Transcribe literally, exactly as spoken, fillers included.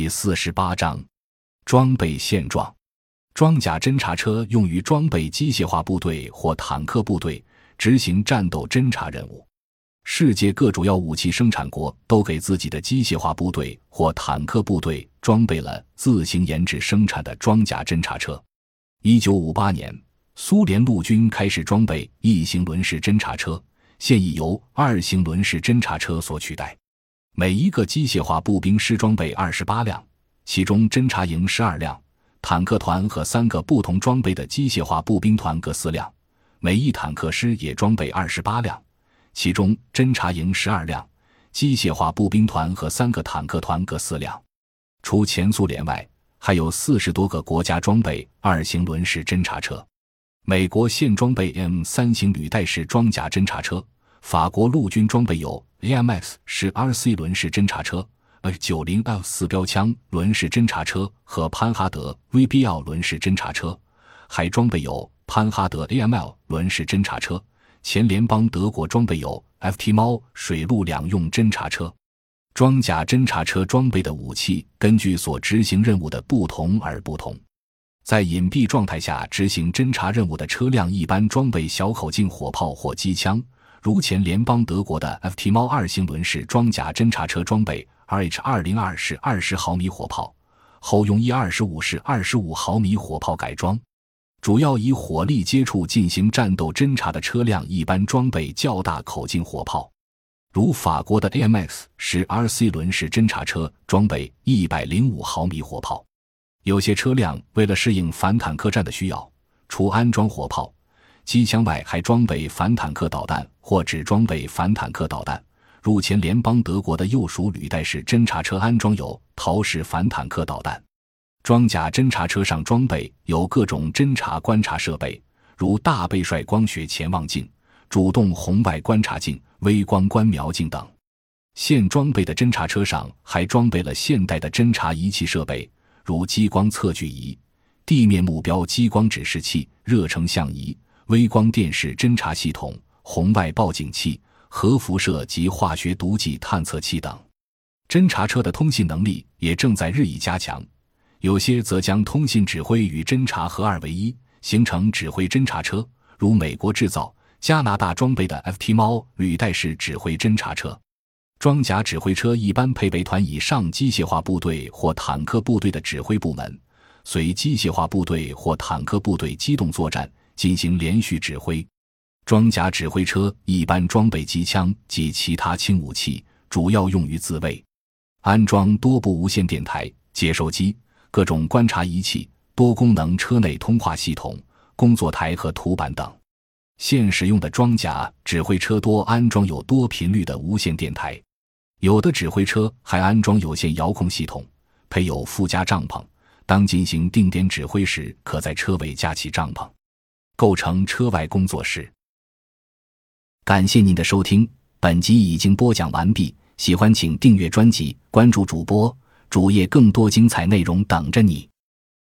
第四十八章装备现状。装甲侦察车用于装备机械化部队或坦克部队，执行战斗侦察任务。世界各主要武器生产国都给自己的机械化部队或坦克部队装备了自行研制生产的装甲侦察车。一九五八年，苏联陆军开始装备一型轮式侦察车，现已由二型轮式侦察车所取代。每一个机械化步兵师装备二十八辆，其中侦察营十二辆，坦克团和三个不同装备的机械化步兵团各四辆，每一坦克师也装备二十八辆，其中侦察营十二辆，机械化步兵团和三个坦克团各四辆。除前苏联外，还有四十多个国家装备二型轮式侦察车。美国现装备 M 三 型履带式装甲侦察车，法国陆军装备有 A M X 式 R C 轮式侦察车、A 九十 F 四 标枪轮式侦察车和潘哈德 V B L 轮式侦察车，还装备有潘哈德 A M L 轮式侦察车。前联邦德国装备有 F T 猫水陆两用侦察车。装甲侦察车装备的武器根据所执行任务的不同而不同。在隐蔽状态下执行侦察任务的车辆一般装备小口径火炮或机枪，如前联邦德国的 F T 猫二型轮式装甲侦察车装备 R H 二零二 式二十毫米火炮，后用 E 二十五 式二十五毫米火炮改装。主要以火力接触进行战斗侦察的车辆一般装备较大口径火炮，如法国的 A M X 式 R C 轮式侦察车装备一百零五毫米火炮。有些车辆为了适应反坦克战的需要，除安装火炮、机枪外还装备反坦克导弹或只装备反坦克导弹，如前联邦德国的右属履带式侦察车安装有陶式反坦克导弹。装甲侦察车上装备有各种侦察观察设备，如大背率光学潜望镜、主动红外观察镜、微光观瞄镜等。现装备的侦察车上还装备了现代的侦察仪器设备，如激光测距仪、地面目标激光指示器、热成像仪、微光电视侦察系统、红外报警器、核辐射及化学毒剂探测器等。侦察车的通信能力也正在日益加强，有些则将通信指挥与侦察合二为一，形成指挥侦察车，如美国制造、加拿大装备的 F T 猫履带式指挥侦察车。装甲指挥车一般配备团以上机械化部队或坦克部队的指挥部门，随机械化部队或坦克部队机动作战，进行连续指挥。装甲指挥车一般装备机枪及其他轻武器，主要用于自卫。安装多部无线电台、接收机、各种观察仪器、多功能车内通话系统、工作台和图板等。现使用的装甲指挥车多安装有多频率的无线电台，有的指挥车还安装有线遥控系统，配有附加帐篷，当进行定点指挥时可在车尾架起帐篷，构成车外工作室。感谢您的收听，本集已经播讲完毕，喜欢请订阅专辑，关注主播，主页更多精彩内容等着你。